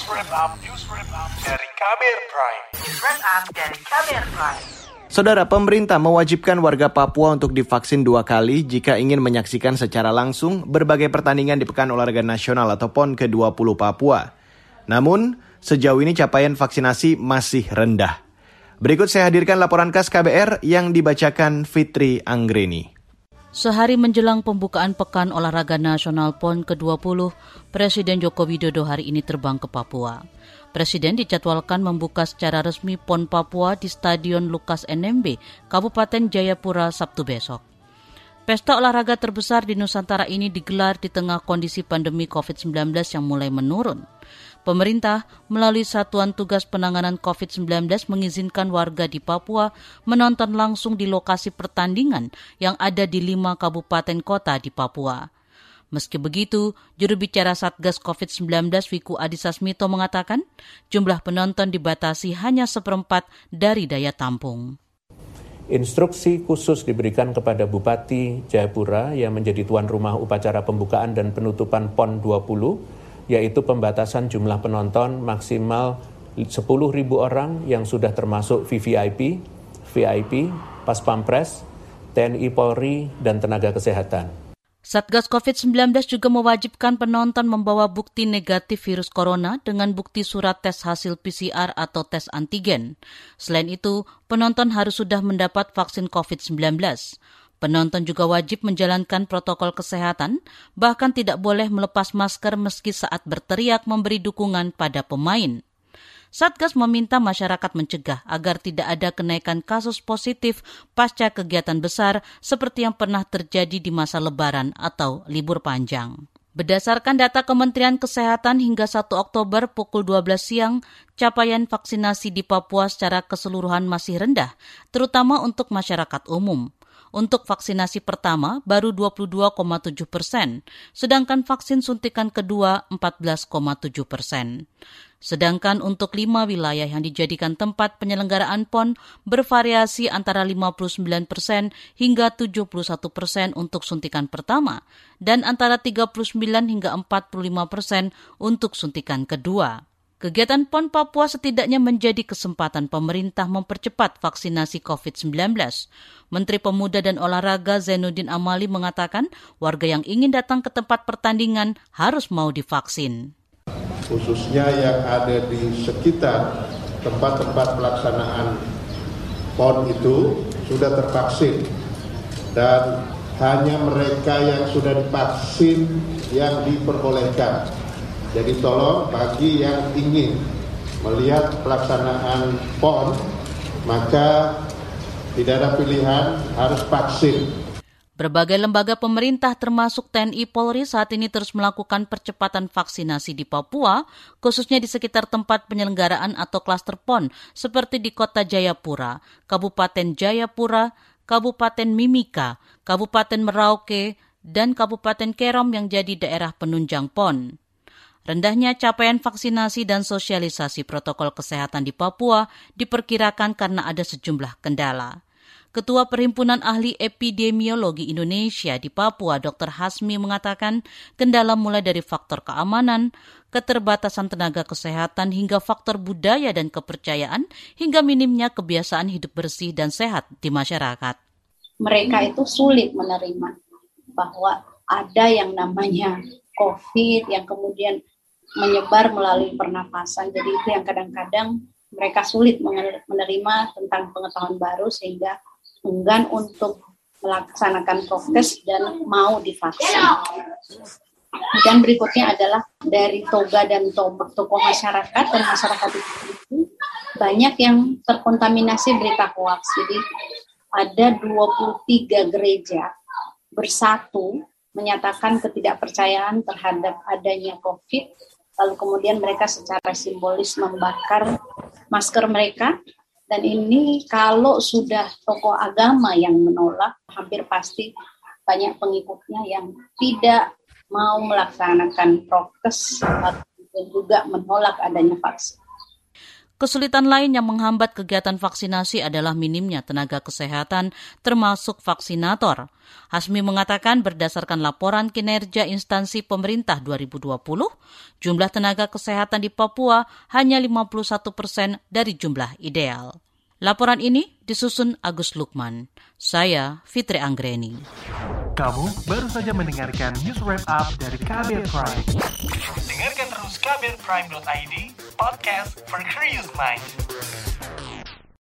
News Wrap Up dari KBR Prime. News Wrap Up dari KBR Prime. Saudara, pemerintah mewajibkan warga Papua untuk divaksin 2 kali jika ingin menyaksikan secara langsung berbagai pertandingan di Pekan Olahraga Nasional atau PON ke-20 Papua. Namun, sejauh ini capaian vaksinasi masih rendah. Berikut saya hadirkan laporan khas KBR yang dibacakan Fitri Anggreni. Sehari menjelang pembukaan Pekan Olahraga Nasional PON ke-20, Presiden Joko Widodo hari ini terbang ke Papua. Presiden dijadwalkan membuka secara resmi PON Papua di Stadion Lukas NMB, Kabupaten Jayapura, Sabtu besok. Pesta olahraga terbesar di Nusantara ini digelar di tengah kondisi pandemi COVID-19 yang mulai menurun. Pemerintah melalui Satuan Tugas Penanganan COVID-19 mengizinkan warga di Papua menonton langsung di lokasi pertandingan yang ada di 5 kabupaten kota di Papua. Meski begitu, juru bicara Satgas COVID-19 Wiku Adhisa Smito mengatakan jumlah penonton dibatasi hanya 1/4 dari daya tampung. Instruksi khusus diberikan kepada Bupati Jayapura yang menjadi tuan rumah upacara pembukaan dan penutupan PON 20, yaitu pembatasan jumlah penonton maksimal 10.000 orang yang sudah termasuk VVIP, VIP, Pas Pampres, TNI Polri, dan tenaga kesehatan. Satgas COVID-19 juga mewajibkan penonton membawa bukti negatif virus corona dengan bukti surat tes hasil PCR atau tes antigen. Selain itu, penonton harus sudah mendapat vaksin COVID-19. Penonton juga wajib menjalankan protokol kesehatan, bahkan tidak boleh melepas masker meski saat berteriak memberi dukungan pada pemain. Satgas meminta masyarakat mencegah agar tidak ada kenaikan kasus positif pasca kegiatan besar seperti yang pernah terjadi di masa Lebaran atau libur panjang. Berdasarkan data Kementerian Kesehatan hingga 1 Oktober pukul 12 siang, capaian vaksinasi di Papua secara keseluruhan masih rendah, terutama untuk masyarakat umum. Untuk vaksinasi pertama baru 22,7%, sedangkan vaksin suntikan kedua 14,7%. Sedangkan untuk 5 wilayah yang dijadikan tempat penyelenggaraan PON bervariasi antara 59% hingga 71% untuk suntikan pertama dan antara 39 hingga 45% untuk suntikan kedua. Kegiatan PON Papua setidaknya menjadi kesempatan pemerintah mempercepat vaksinasi COVID-19. Menteri Pemuda dan Olahraga Zainuddin Amali mengatakan warga yang ingin datang ke tempat pertandingan harus mau divaksin. Khususnya yang ada di sekitar tempat-tempat pelaksanaan PON itu sudah tervaksin. Dan hanya mereka yang sudah divaksin yang diperbolehkan. Jadi tolong bagi yang ingin melihat pelaksanaan PON, maka tidak ada pilihan, harus vaksin. Berbagai lembaga pemerintah termasuk TNI Polri saat ini terus melakukan percepatan vaksinasi di Papua, khususnya di sekitar tempat penyelenggaraan atau klaster PON, seperti di Kota Jayapura, Kabupaten Jayapura, Kabupaten Mimika, Kabupaten Merauke, dan Kabupaten Kerom yang jadi daerah penunjang PON. Rendahnya capaian vaksinasi dan sosialisasi protokol kesehatan di Papua diperkirakan karena ada sejumlah kendala. Ketua Perhimpunan Ahli Epidemiologi Indonesia di Papua, Dr. Hasmi, mengatakan kendala mulai dari faktor keamanan, keterbatasan tenaga kesehatan, hingga faktor budaya dan kepercayaan, hingga minimnya kebiasaan hidup bersih dan sehat di masyarakat. Mereka itu sulit menerima bahwa ada yang namanya COVID yang kemudian menyebar melalui pernapasan. Jadi itu yang kadang-kadang mereka sulit menerima tentang pengetahuan baru sehingga enggan untuk melaksanakan prokes dan mau divaksin. Dan berikutnya adalah dari toga dan tokoh masyarakat dan masyarakat itu banyak yang terkontaminasi berita hoaks. Jadi ada 23 gereja bersatu menyatakan ketidakpercayaan terhadap adanya COVID. Lalu kemudian mereka secara simbolis membakar masker mereka. Dan ini kalau sudah tokoh agama yang menolak, hampir pasti banyak pengikutnya yang tidak mau melaksanakan prokes dan juga menolak adanya vaksin. Kesulitan lain yang menghambat kegiatan vaksinasi adalah minimnya tenaga kesehatan termasuk vaksinator. Hasmi mengatakan berdasarkan laporan kinerja instansi pemerintah 2020, jumlah tenaga kesehatan di Papua hanya 51% dari jumlah ideal. Laporan ini disusun Agus Lukman. Saya Fitri Anggreni. Kamu baru saja mendengarkan news wrap up dari KBR Prime. Dengarkan terus kbrprime.id, podcast for curious mind.